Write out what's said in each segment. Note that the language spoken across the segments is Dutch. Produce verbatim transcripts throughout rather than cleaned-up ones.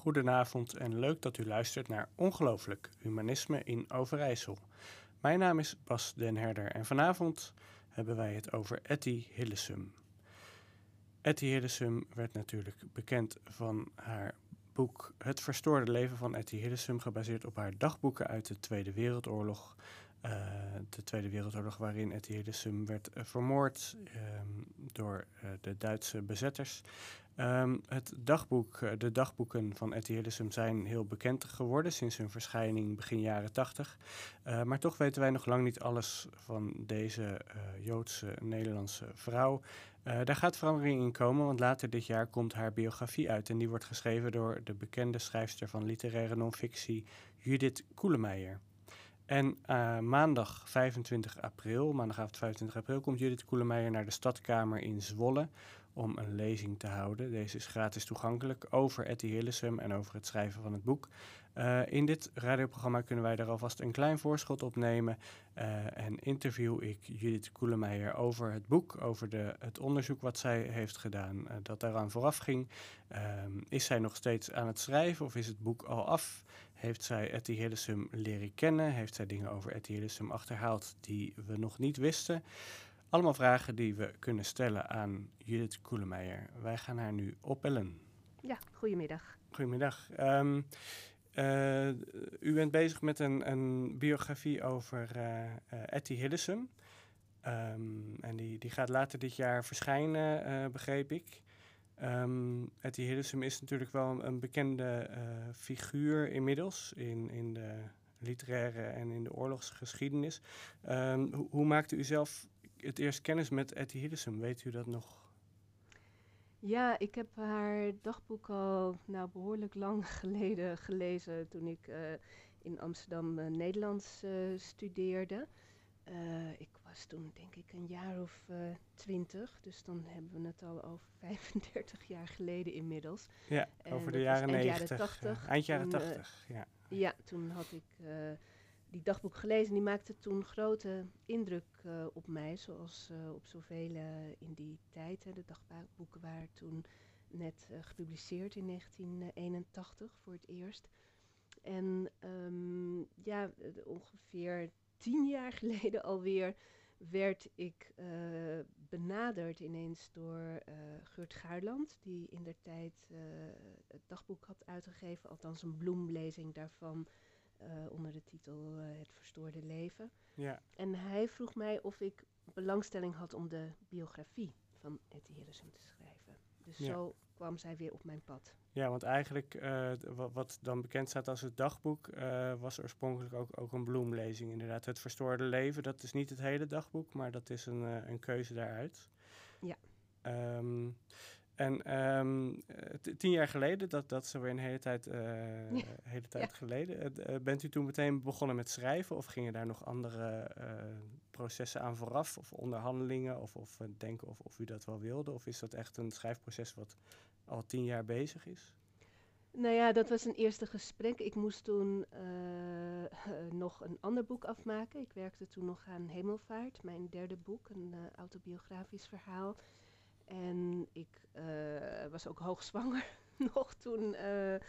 Goedenavond en leuk dat u luistert naar Ongelooflijk, Humanisme in Overijssel. Mijn naam is Bas den Herder en vanavond hebben wij het over Etty Hillesum. Etty Hillesum werd natuurlijk bekend van haar boek Het verstoorde leven van Etty Hillesum, gebaseerd op haar dagboeken uit de Tweede Wereldoorlog. Uh, de Tweede Wereldoorlog waarin Etty Hillesum werd uh, vermoord um, door uh, de Duitse bezetters. Um, het dagboek, uh, de dagboeken van Etty Hillesum zijn heel bekend geworden sinds hun verschijning begin jaren tachtig. Uh, maar toch weten wij nog lang niet alles van deze uh, Joodse Nederlandse vrouw. Uh, daar gaat verandering in komen, want later dit jaar komt haar biografie uit. En die wordt geschreven door de bekende schrijfster van literaire non-fictie Judith Koelemeijer. En uh, maandag vijfentwintig april, maandagavond vijfentwintig april, komt Judith Koelemeijer naar de Stadkamer in Zwolle om een lezing te houden. Deze is gratis toegankelijk over Etty Hillesum en over het schrijven van het boek. Uh, in dit radioprogramma kunnen wij daar alvast een klein voorschot op nemen. Uh, en interview ik Judith Koelemeijer over het boek, over de, het onderzoek wat zij heeft gedaan, uh, dat daaraan vooraf ging. Uh, is zij nog steeds aan het schrijven of is het boek al af? Heeft zij Etty Hillesum leren kennen? Heeft zij dingen over Etty Hillesum achterhaald die we nog niet wisten? Allemaal vragen die we kunnen stellen aan Judith Koelemeijer. Wij gaan haar nu opbellen. Ja, goedemiddag. Goedemiddag. Um, uh, u bent bezig met een, een biografie over uh, uh, Etty Hillesum. Um, en die, die gaat later dit jaar verschijnen, uh, begreep ik. Um, Etty Hillesum is natuurlijk wel een, een bekende uh, figuur inmiddels in, in de literaire en in de oorlogsgeschiedenis. Um, hoe, hoe maakte u zelf het eerst kennis met Etty Hillesum? Weet u dat nog? Ja, ik heb haar dagboek al nou, behoorlijk lang geleden gelezen toen ik uh, in Amsterdam uh, Nederlands uh, studeerde. Uh, ik was toen denk ik een jaar of uh, twintig, dus dan hebben we het al over vijfendertig jaar geleden inmiddels. Ja, en over de jaren negentig. Eind jaren tachtig. Uh, eind jaren toen, tachtig, uh, ja. Ja, toen had ik uh, die dagboek gelezen. Die maakte toen grote indruk uh, op mij, zoals uh, op zoveel uh, in die tijd. Hè. De dagboeken waren toen net uh, gepubliceerd in negentien eenentachtig voor het eerst. En um, ja, ongeveer tien jaar geleden alweer werd ik uh, benaderd ineens door uh, Geurt Gaarland, die indertijd uh, het dagboek had uitgegeven, althans een bloemlezing daarvan uh, onder de titel uh, Het verstoorde leven. Ja. En hij vroeg mij of ik belangstelling had om de biografie van Etty Hillesum te schrijven. Dus ja. Zo kwam zij weer op mijn pad. Ja, want eigenlijk uh, wat, wat dan bekend staat als het dagboek uh, was oorspronkelijk ook, ook een bloemlezing. Inderdaad, Het verstoorde leven, dat is niet het hele dagboek, maar dat is een, uh, een keuze daaruit. Ja. Um, en um, t- tien jaar geleden, dat, dat is alweer een hele tijd, uh, ja. hele tijd ja. geleden, uh, bent u toen meteen begonnen met schrijven of gingen daar nog andere uh, processen aan vooraf of onderhandelingen of, of uh, denken of, of u dat wel wilde? Of is dat echt een schrijfproces wat al tien jaar bezig is? Nou ja, dat was een eerste gesprek. Ik moest toen uh, uh, nog een ander boek afmaken. Ik werkte toen nog aan Hemelvaart, mijn derde boek, een uh, autobiografisch verhaal. En ik uh, was ook hoogzwanger nog toen uh, uh,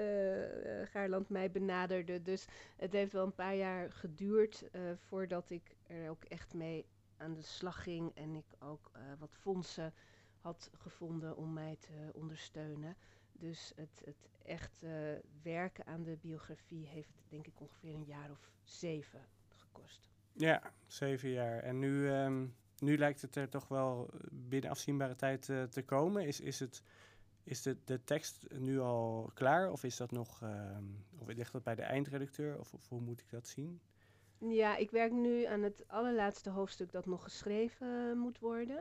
Gaarland mij benaderde. Dus het heeft wel een paar jaar geduurd uh, voordat ik er ook echt mee aan de slag ging. En ik ook uh, wat fondsen had gevonden om mij te ondersteunen. Dus het, het echt uh, werken aan de biografie heeft denk ik ongeveer een jaar of zeven gekost. Ja, zeven jaar. En nu, um, nu lijkt het er toch wel binnen afzienbare tijd uh, te komen. Is, is, het, is de, de tekst nu al klaar of is dat nog, uh, of ligt dat bij de eindredacteur of, of hoe moet ik dat zien? Ja, ik werk nu aan het allerlaatste hoofdstuk dat nog geschreven uh, moet worden.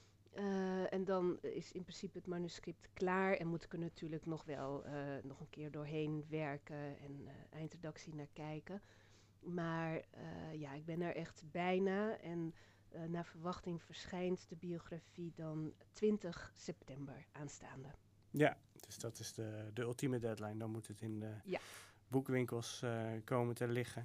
Uh, en dan is in principe het manuscript klaar en moet ik er natuurlijk nog wel uh, nog een keer doorheen werken en uh, eindredactie naar kijken. Maar uh, ja, ik ben er echt bijna en uh, naar verwachting verschijnt de biografie dan twintig september aanstaande. Ja, dus dat is de, de ultieme deadline. Dan moet het in de ja. boekwinkels uh, komen te liggen.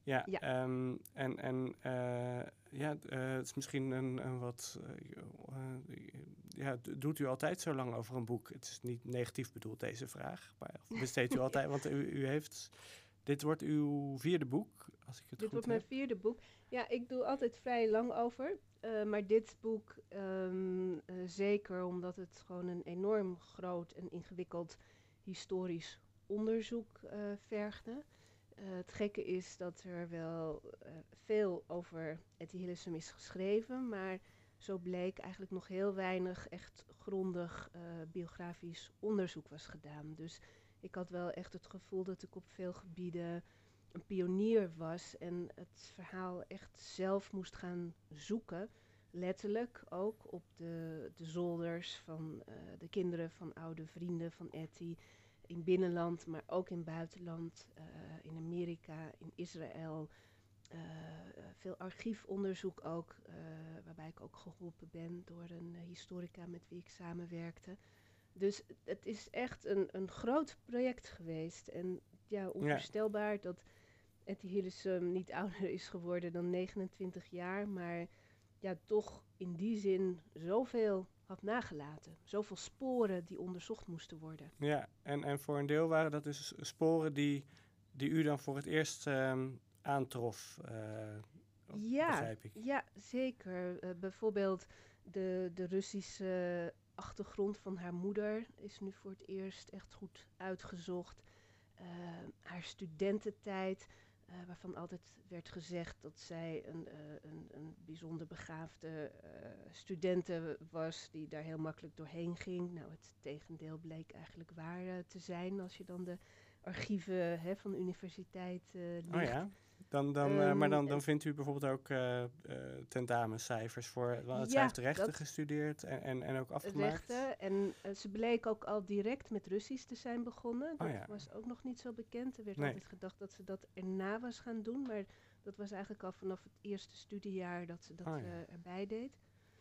Ja, Ja. ehm, en, en eh, ja, eh, het is misschien een, een wat... eh, eh, ja, d- doet u altijd zo lang over een boek? Het is niet negatief bedoeld, deze vraag. Maar of besteedt u altijd... Want u, u heeft... Dit wordt uw vierde boek, als ik het Dit goed wordt mijn heb. vierde boek. Ja, ik doe altijd vrij lang over. eh, maar dit boek ehm, eh, zeker omdat het gewoon een enorm groot en ingewikkeld historisch onderzoek eh, vergde. Eh, het gekke is dat er wel eh, veel over Etty Hillesum is geschreven, maar zo bleek eigenlijk nog heel weinig echt grondig eh, biografisch onderzoek was gedaan. Dus ik had wel echt het gevoel dat ik op veel gebieden een pionier was en het verhaal echt zelf moest gaan zoeken. Letterlijk ook op de, de zolders van uh, de kinderen van oude vrienden van Etty. In binnenland, maar ook in buitenland. Uh, in Amerika, in Israël. Uh, veel archiefonderzoek ook, uh, waarbij ik ook geholpen ben door een uh, historica met wie ik samenwerkte. Dus het is echt een, een groot project geweest. En ja, onvoorstelbaar ja. dat Etty Hillesum niet ouder is geworden dan negenentwintig jaar, maar ja, toch in die zin zoveel had nagelaten. Zoveel sporen die onderzocht moesten worden. Ja, en, en voor een deel waren dat dus sporen die, die u dan voor het eerst um, aantrof, uh, ja, begrijp ik. Ja, zeker. Uh, bijvoorbeeld de, de Russische achtergrond van haar moeder is nu voor het eerst echt goed uitgezocht. Uh, haar studententijd, uh, waarvan altijd werd gezegd dat zij een, uh, een, een bijzonder begaafde uh, studente was die daar heel makkelijk doorheen ging. Nou, het tegendeel bleek eigenlijk waar uh, te zijn als je dan de archieven hè, van de universiteit uh, ligt. Oh ja? Dan, dan, um, uh, maar dan, dan vindt u bijvoorbeeld ook uh, uh, tentamencijfers voor... Want ja, zij heeft rechten gestudeerd en, en, en ook afgemaakt. Rechten. En uh, ze bleek ook al direct met Russisch te zijn begonnen. Dat oh ja. was ook nog niet zo bekend. Er werd nee. altijd gedacht dat ze dat erna was gaan doen. Maar dat was eigenlijk al vanaf het eerste studiejaar dat ze dat oh ja. uh, erbij deed.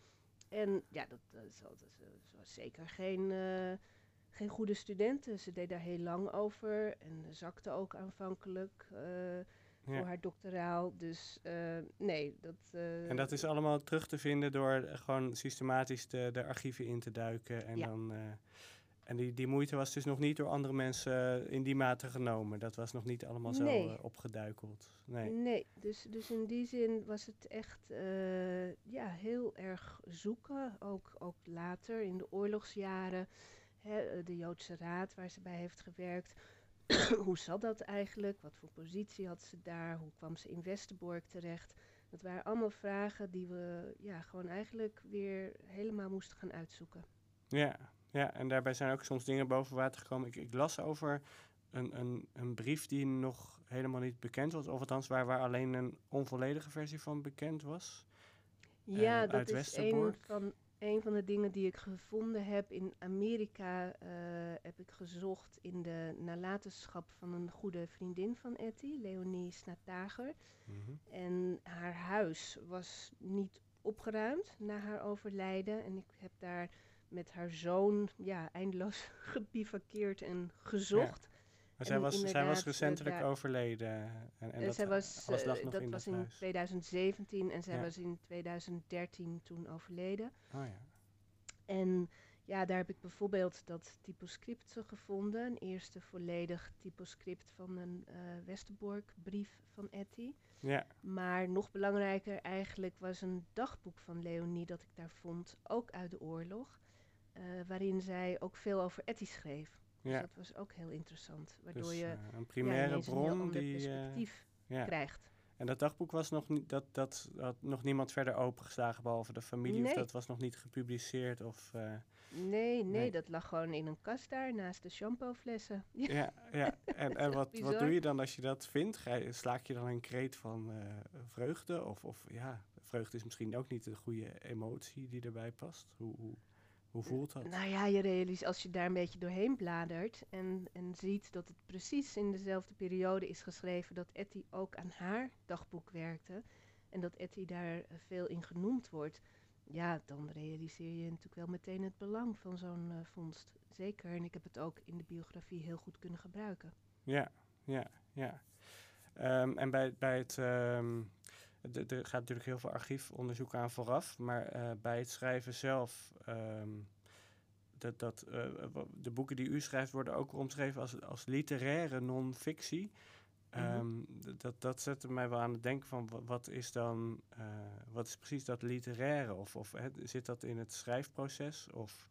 En ja, dat, uh, ze, ze, ze was zeker geen... Uh, geen goede studenten. Ze deed daar heel lang over en zakte ook aanvankelijk uh, voor ja. haar doctoraal. Dus uh, nee, dat... Uh, en dat is allemaal terug te vinden door uh, gewoon systematisch de, de archieven in te duiken. En, ja. dan, uh, en die, die moeite was dus nog niet door andere mensen in die mate genomen. Dat was nog niet allemaal nee. zo uh, opgeduikeld. Nee, nee dus, dus in die zin was het echt uh, ja, heel erg zoeken. Ook, ook later in de oorlogsjaren. He, de Joodse Raad waar ze bij heeft gewerkt. Hoe zat dat eigenlijk? Wat voor positie had ze daar? Hoe kwam ze in Westerbork terecht? Dat waren allemaal vragen die we ja, gewoon eigenlijk weer helemaal moesten gaan uitzoeken. Ja, ja, en daarbij zijn ook soms dingen boven water gekomen. Ik, ik las over een, een, een brief die nog helemaal niet bekend was. Of althans waar, waar alleen een onvolledige versie van bekend was. Ja, uh, dat uit is Westerbork. een van... Een van de dingen die ik gevonden heb in Amerika, uh, heb ik gezocht in de nalatenschap van een goede vriendin van Etty, Leonie Snatager. Mm-hmm. En haar huis was niet opgeruimd na haar overlijden. En ik heb daar met haar zoon ja, eindeloos gebivakkeerd en gezocht. Ja. Maar zij was, zij was recentelijk uh, overleden. En, en dat, zij was, alles lag nog dat in was dat in huis. twintig zeventien en zij ja. was in twintig dertien toen overleden. Oh ja. En ja, daar heb ik bijvoorbeeld dat typoscript gevonden. Een eerste volledig typoscript van een uh, Westerbork-brief van Etty. Ja. Maar nog belangrijker eigenlijk was een dagboek van Leonie dat ik daar vond, ook uit de oorlog. Uh, waarin zij ook veel over Etty schreef. Dus ja. dat was ook heel interessant. Waardoor dus, je uh, een primaire ja, bron een heel ander die perspectief uh, ja. krijgt. En dat dagboek was nog niet, dat, dat had nog niemand verder opengeslagen behalve de familie, nee. Of dat was nog niet gepubliceerd of... Uh, nee, nee, nee, dat lag gewoon in een kast daar naast de shampooflessen. Ja, ja. En, en wat, wat doe je dan als je dat vindt? Ga je, slaak je dan een kreet van uh, vreugde? Of, of ja, vreugde is misschien ook niet de goede emotie die erbij past. Hoe, hoe, hoe voelt dat? Nou ja, je realiseert als je daar een beetje doorheen bladert en, en ziet dat het precies in dezelfde periode is geschreven dat Etty ook aan haar dagboek werkte en dat Etty daar uh, veel in genoemd wordt. Ja, dan realiseer je natuurlijk wel meteen het belang van zo'n uh, vondst. Zeker, en ik heb het ook in de biografie heel goed kunnen gebruiken. Ja, ja, ja. Um, en bij, bij het... Um, d- er gaat natuurlijk heel veel archiefonderzoek aan vooraf, maar uh, bij het schrijven zelf... Um, dat, dat, uh, de boeken die u schrijft worden ook omschreven als, als literaire non-fictie. Um, Mm-hmm. dat, dat zette mij wel aan het denken van wat, wat is dan, uh, wat is precies dat literaire? Of, of he, zit dat in het schrijfproces? Of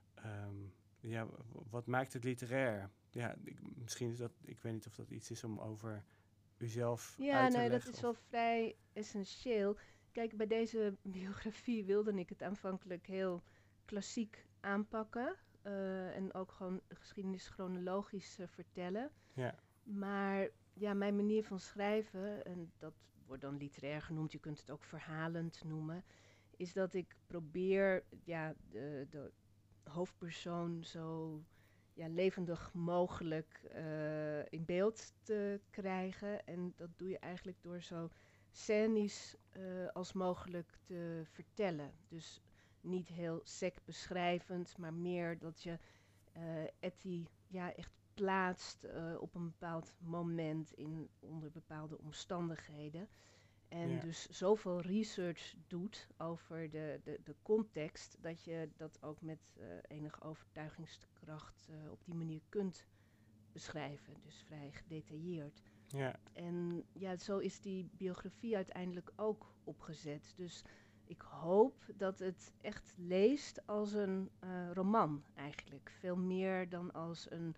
um, ja, wat maakt het literair? Ja, ik, misschien is dat, ik weet niet of dat iets is om over uzelf Ja, uit te nee, dat leggen. is Of... wel vrij essentieel. Kijk, bij deze biografie wilde ik het aanvankelijk heel klassiek aanpakken. Uh, en ook gewoon de geschiedenis chronologisch uh, vertellen. Ja. Maar ja, mijn manier van schrijven, en dat wordt dan literair genoemd, je kunt het ook verhalend noemen, is dat ik probeer ja, de, de hoofdpersoon zo ja, levendig mogelijk uh, in beeld te krijgen. En dat doe je eigenlijk door zo scènisch uh, als mogelijk te vertellen. Dus niet heel sec beschrijvend, maar meer dat je uh, Etty ja, echt plaatst uh, op een bepaald moment in, onder bepaalde omstandigheden. En Ja. dus zoveel research doet over de, de, de context, dat je dat ook met uh, enige overtuigingskracht uh, op die manier kunt beschrijven. Dus vrij gedetailleerd. Ja. En ja, zo is die biografie uiteindelijk ook opgezet. Dus ik hoop dat het echt leest als een uh, roman eigenlijk. Veel meer dan als een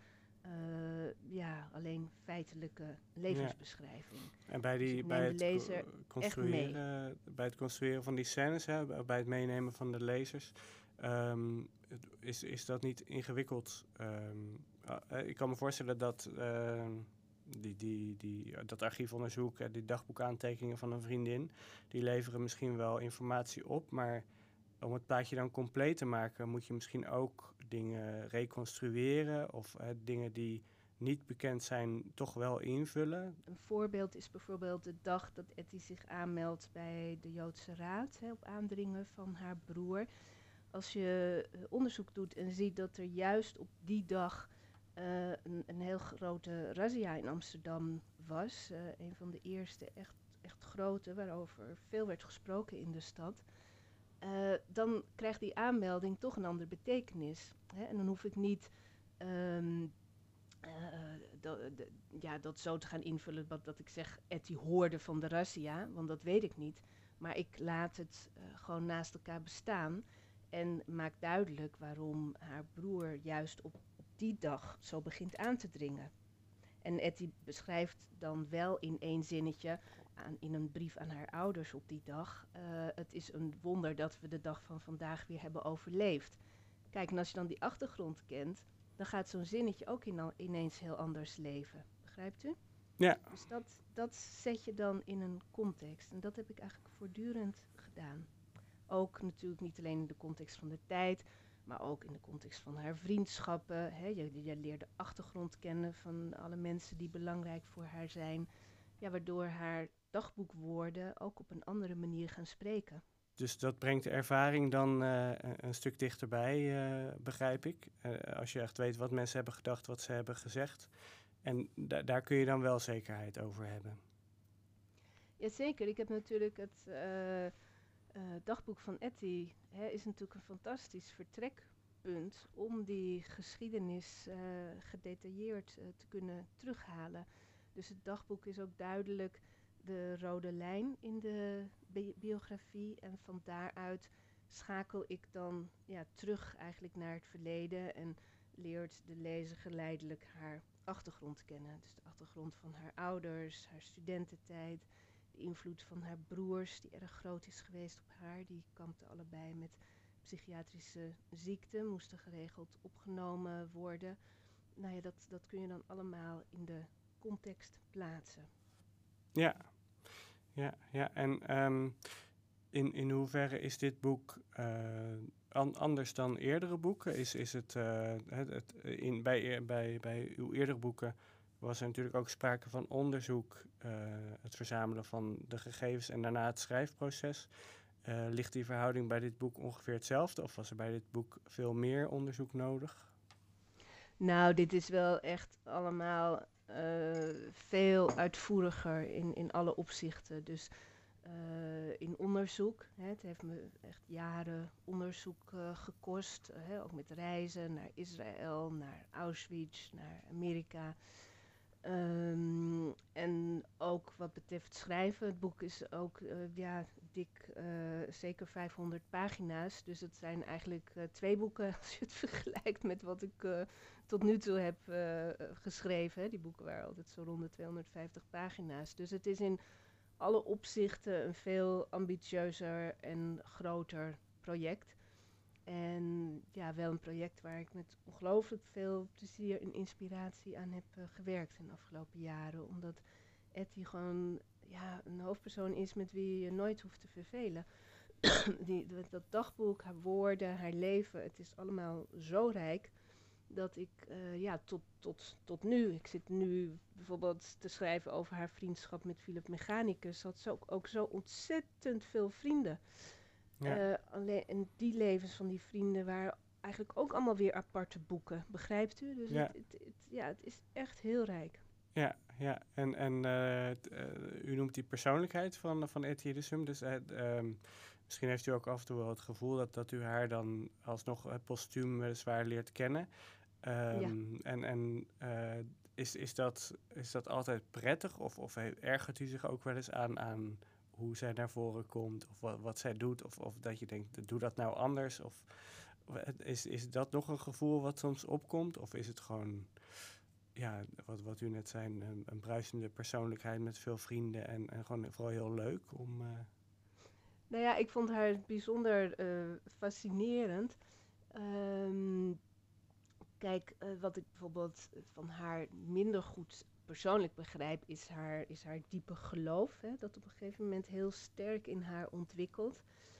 uh, ja, alleen feitelijke levensbeschrijving. Ja. En bij, die, dus bij, het lezer construeren, bij het construeren van die scènes, hè, bij het meenemen van de lezers, um, is, is dat niet ingewikkeld? Um, uh, ik kan me voorstellen dat... Uh, Die, die, die, dat archiefonderzoek, die dagboekaantekeningen van een vriendin, die leveren misschien wel informatie op, maar om het plaatje dan compleet te maken, moet je misschien ook dingen reconstrueren of uh, dingen die niet bekend zijn, toch wel invullen. Een voorbeeld is bijvoorbeeld de dag dat Etty zich aanmeldt bij de Joodse Raad, hè, op aandringen van haar broer. Als je uh, onderzoek doet en ziet dat er juist op die dag Uh, een, een heel grote razzia in Amsterdam was. Uh, een van de eerste echt, echt grote, waarover veel werd gesproken in de stad. Uh, dan krijgt die aanmelding toch een andere betekenis. Hè? En dan hoef ik niet um, uh, do, de, ja, dat zo te gaan invullen dat, dat ik zeg, Etty hoorde van de razzia, want dat weet ik niet. Maar ik laat het uh, gewoon naast elkaar bestaan en maak duidelijk waarom haar broer juist op die dag zo begint aan te dringen. En Etty beschrijft dan wel in één zinnetje aan, in een brief aan haar ouders op die dag. Uh, het is een wonder dat we de dag van vandaag weer hebben overleefd. Kijk, en als je dan die achtergrond kent, dan gaat zo'n zinnetje ook in, ineens heel anders leven. Begrijpt u? Ja. Dus dat, dat zet je dan in een context. En dat heb ik eigenlijk voortdurend gedaan. Ook natuurlijk niet alleen in de context van de tijd, maar ook in de context van haar vriendschappen. Hè. Je, je leert de achtergrond kennen van alle mensen die belangrijk voor haar zijn. Ja, waardoor haar dagboekwoorden ook op een andere manier gaan spreken. Dus dat brengt de ervaring dan uh, een stuk dichterbij, uh, begrijp ik. Uh, als je echt weet wat mensen hebben gedacht, wat ze hebben gezegd. En da- daar kun je dan wel zekerheid over hebben. Jazeker, ik heb natuurlijk het... Uh, Uh, dagboek van Etty hè, is natuurlijk een fantastisch vertrekpunt om die geschiedenis uh, gedetailleerd uh, te kunnen terughalen. Dus het dagboek is ook duidelijk de rode lijn in de bi- biografie en van daaruit schakel ik dan ja, terug eigenlijk naar het verleden en leert de lezer geleidelijk haar achtergrond kennen. Dus de achtergrond van haar ouders, haar studententijd, de invloed van haar broers, die erg groot is geweest op haar. Die kampten allebei met psychiatrische ziekte, moesten geregeld opgenomen worden. Nou ja, dat, dat kun je dan allemaal in de context plaatsen. Ja, ja, ja. En um, in, in hoeverre is dit boek uh, an, anders dan eerdere boeken? Is, is het, uh, het, het in, bij, bij, bij uw eerdere boeken was er natuurlijk ook sprake van onderzoek, uh, het verzamelen van de gegevens en daarna het schrijfproces. Uh, ligt die verhouding bij dit boek ongeveer hetzelfde of was er bij dit boek veel meer onderzoek nodig? Nou, dit is wel echt allemaal uh, veel uitvoeriger in, in alle opzichten. Dus uh, in onderzoek, hè, het heeft me echt jaren onderzoek uh, gekost. Uh, hè, ook met reizen naar Israël, naar Auschwitz, naar Amerika. Um, en ook wat betreft schrijven, het boek is ook uh, ja, dik uh, zeker vijfhonderd pagina's. Dus het zijn eigenlijk uh, twee boeken als je het vergelijkt met wat ik uh, tot nu toe heb uh, geschreven. Hè. Die boeken waren altijd zo rond de tweehonderdvijftig pagina's. Dus het is in alle opzichten een veel ambitieuzer en groter project. En ja, wel een project waar ik met ongelooflijk veel plezier en inspiratie aan heb uh, gewerkt in de afgelopen jaren. Omdat Etty gewoon ja, een hoofdpersoon is met wie je nooit hoeft te vervelen. Die, dat dagboek, haar woorden, haar leven, het is allemaal zo rijk dat ik uh, ja, tot, tot, tot nu, ik zit nu bijvoorbeeld te schrijven over haar vriendschap met Philip Mechanicus, had ze ook, ook zo ontzettend veel vrienden. Ja. Uh, alleen, en die levens van die vrienden waren eigenlijk ook allemaal weer aparte boeken, begrijpt u? Dus ja, het, het, het, ja, het is echt heel rijk. Ja, ja. en, en uh, t, uh, u noemt die persoonlijkheid van, van Etty Hillesum, dus uh, um, misschien heeft u ook af en toe wel het gevoel dat, dat u haar dan alsnog uh, postuum weliswaar leert kennen. Um, ja. En, en uh, is, is, dat, is dat altijd prettig of, of ergert u zich ook wel eens aan... aan hoe zij naar voren komt, of wat, wat zij doet, of, of dat je denkt, doe dat nou anders, of is, is dat nog een gevoel wat soms opkomt, of is het gewoon, ja, wat, wat u net zei, een, een bruisende persoonlijkheid met veel vrienden en, en gewoon vooral heel leuk om... Uh... Nou ja, ik vond haar bijzonder uh, fascinerend. Um, kijk, uh, wat ik bijvoorbeeld van haar minder goed persoonlijk begrijp, is haar, is haar diepe geloof. Hè, dat op een gegeven moment heel sterk in haar ontwikkelt.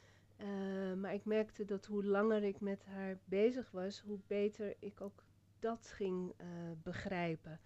Uh, maar ik merkte dat hoe langer ik met haar bezig was, hoe beter ik ook dat ging uh, begrijpen.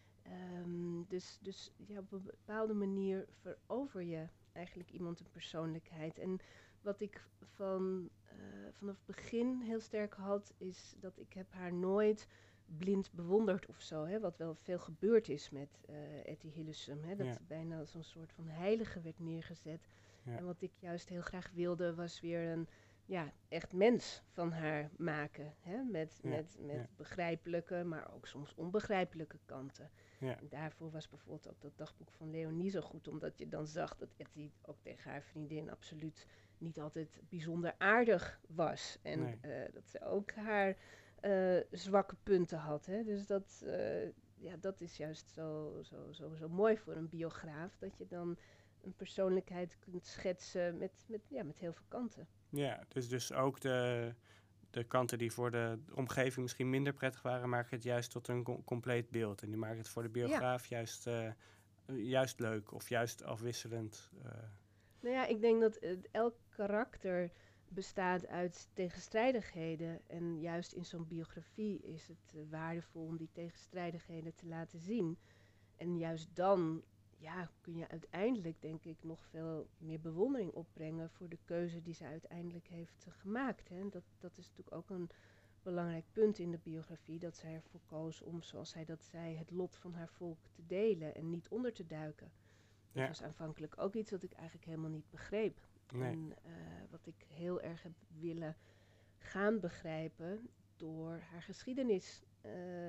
Um, dus dus ja, op een bepaalde manier verover je eigenlijk iemand een persoonlijkheid. En wat ik van, uh, vanaf het begin heel sterk had, is dat ik heb haar nooit blind bewonderd of zo, hè, wat wel veel gebeurd is met uh, Etty Hillesum, hè, dat ja. bijna als een soort van heilige werd neergezet. Ja. En wat ik juist heel graag wilde, was weer een ja, echt mens van haar maken, hè, met, ja. met, met ja. begrijpelijke, maar ook soms onbegrijpelijke kanten. Ja. En daarvoor was bijvoorbeeld ook dat dagboek van Leonie zo goed, omdat je dan zag dat Etty ook tegen haar vriendin absoluut niet altijd bijzonder aardig was. En nee. uh, dat ze ook haar uh, zwakke punten had. Hè. Dus dat, uh, ja, dat is juist zo, zo, zo, zo mooi voor een biograaf, dat je dan een persoonlijkheid kunt schetsen met, met, ja, met heel veel kanten. Ja, dus, dus ook de, de kanten die voor de omgeving misschien minder prettig waren, maken het juist tot een com- compleet beeld. En die maken het voor de biograaf ja. juist, uh, juist leuk of juist afwisselend. Uh. Nou ja, ik denk dat uh, elk karakter bestaat uit tegenstrijdigheden. En juist in zo'n biografie is het uh, waardevol om die tegenstrijdigheden te laten zien. En juist dan ja, kun je uiteindelijk, denk ik, nog veel meer bewondering opbrengen voor de keuze die ze uiteindelijk heeft uh, gemaakt. Hè. Dat, dat is natuurlijk ook een belangrijk punt in de biografie, dat zij ervoor koos om, zoals zij dat zei, het lot van haar volk te delen en niet onder te duiken. Dat ja. was aanvankelijk ook iets wat ik eigenlijk helemaal niet begreep. Nee. En uh, wat ik heel erg heb willen gaan begrijpen door haar geschiedenis uh,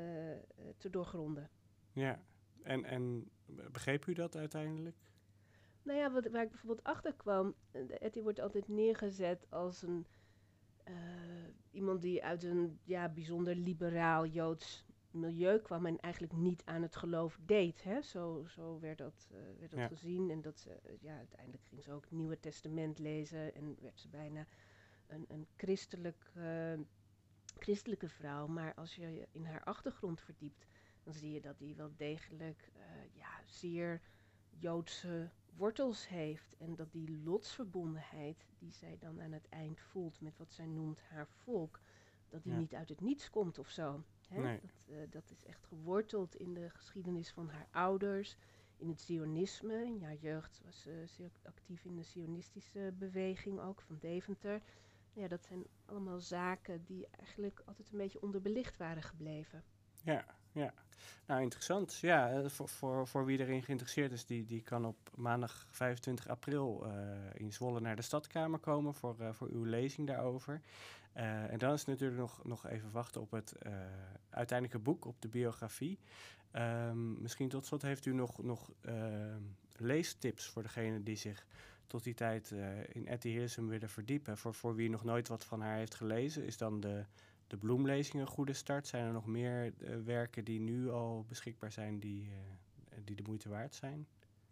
te doorgronden. Ja, en, en begreep u dat uiteindelijk? Nou ja, wat, waar ik bijvoorbeeld achter kwam, Etty wordt altijd neergezet als een uh, iemand die uit een ja, bijzonder liberaal Joods milieu kwam en eigenlijk niet aan het geloof deed. Hè? Zo, zo werd dat, uh, werd dat ja. gezien. En dat ze, uh, ja, uiteindelijk ging ze ook het Nieuwe Testament lezen en werd ze bijna een, een christelijk, uh, christelijke vrouw. Maar als je je in haar achtergrond verdiept, dan zie je dat die wel degelijk uh, ja, zeer Joodse wortels heeft. En dat die lotsverbondenheid die zij dan aan het eind voelt met wat zij noemt haar volk, dat die ja. niet uit het niets komt of zo. Hè? Nee. Dat, uh, dat is echt geworteld in de geschiedenis van haar ouders, in het Zionisme. In haar jeugd was ze uh, zeer actief in de Zionistische beweging ook, van Deventer. Ja, dat zijn allemaal zaken die eigenlijk altijd een beetje onderbelicht waren gebleven. Ja, Ja, nou interessant. Ja, eh, voor, voor, voor wie erin geïnteresseerd is, die, die kan op maandag vijfentwintig april eh, in Zwolle naar de Stadkamer komen voor, eh, voor uw lezing daarover. Eh, en dan is het natuurlijk nog, nog even wachten op het eh, uiteindelijke boek, op de biografie. Ehm, misschien tot slot heeft u nog, nog eh, leestips voor degene die zich tot die tijd eh, in Etty Hillesum willen verdiepen. Voor, voor wie nog nooit wat van haar heeft gelezen, is dan de... De bloemlezing een goede start? Zijn er nog meer uh, werken die nu al beschikbaar zijn die, uh, die de moeite waard zijn?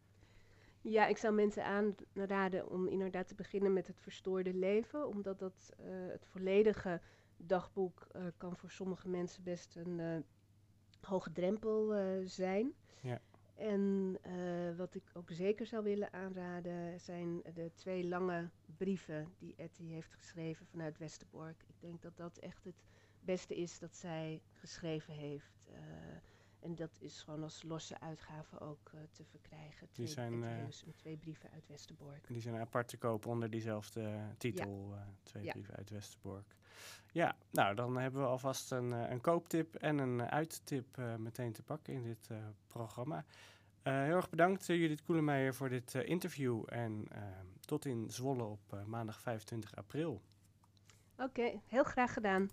Ja, ik zou mensen aanraden om inderdaad te beginnen met het verstoorde leven, omdat dat uh, het volledige dagboek uh, kan voor sommige mensen best een uh, hoge drempel uh, zijn. Ja. En uh, wat ik ook zeker zou willen aanraden zijn de twee lange brieven die Etty heeft geschreven vanuit Westerbork. Ik denk dat dat echt het beste is dat zij geschreven heeft. Uh, en dat is gewoon als losse uitgave ook uh, te verkrijgen. Twee, die zijn, uh, twee brieven uit Westerbork. Die zijn apart te kopen onder diezelfde titel. Ja. Uh, twee ja. brieven uit Westerbork. Ja, nou dan hebben we alvast een, uh, een kooptip en een uittip uh, meteen te pakken in dit uh, programma. Uh, heel erg bedankt uh, Judith Koelemeijer voor dit uh, interview en uh, tot in Zwolle op uh, maandag vijfentwintig april. Oké, okay, heel graag gedaan.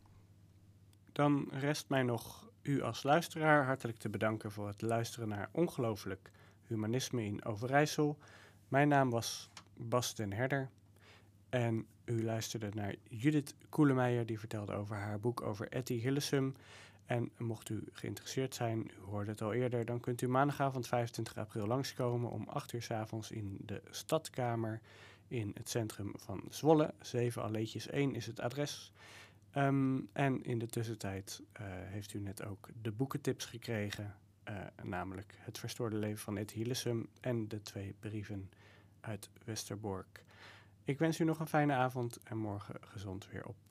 Dan rest mij nog u als luisteraar hartelijk te bedanken voor het luisteren naar Ongelooflijk Humanisme in Overijssel. Mijn naam was Bas den Herder en u luisterde naar Judith Koelemeijer die vertelde over haar boek over Etty Hillesum. En mocht u geïnteresseerd zijn, u hoorde het al eerder, dan kunt u maandagavond vijfentwintig april langskomen om acht uur 's avonds in de Stadkamer in het centrum van Zwolle. zeven Alleetjes één is het adres. Um, en in de tussentijd uh, heeft u net ook de boekentips gekregen, uh, namelijk Het Verstoorde Leven van Etty Hillesum en de twee brieven uit Westerbork. Ik wens u nog een fijne avond en morgen gezond weer op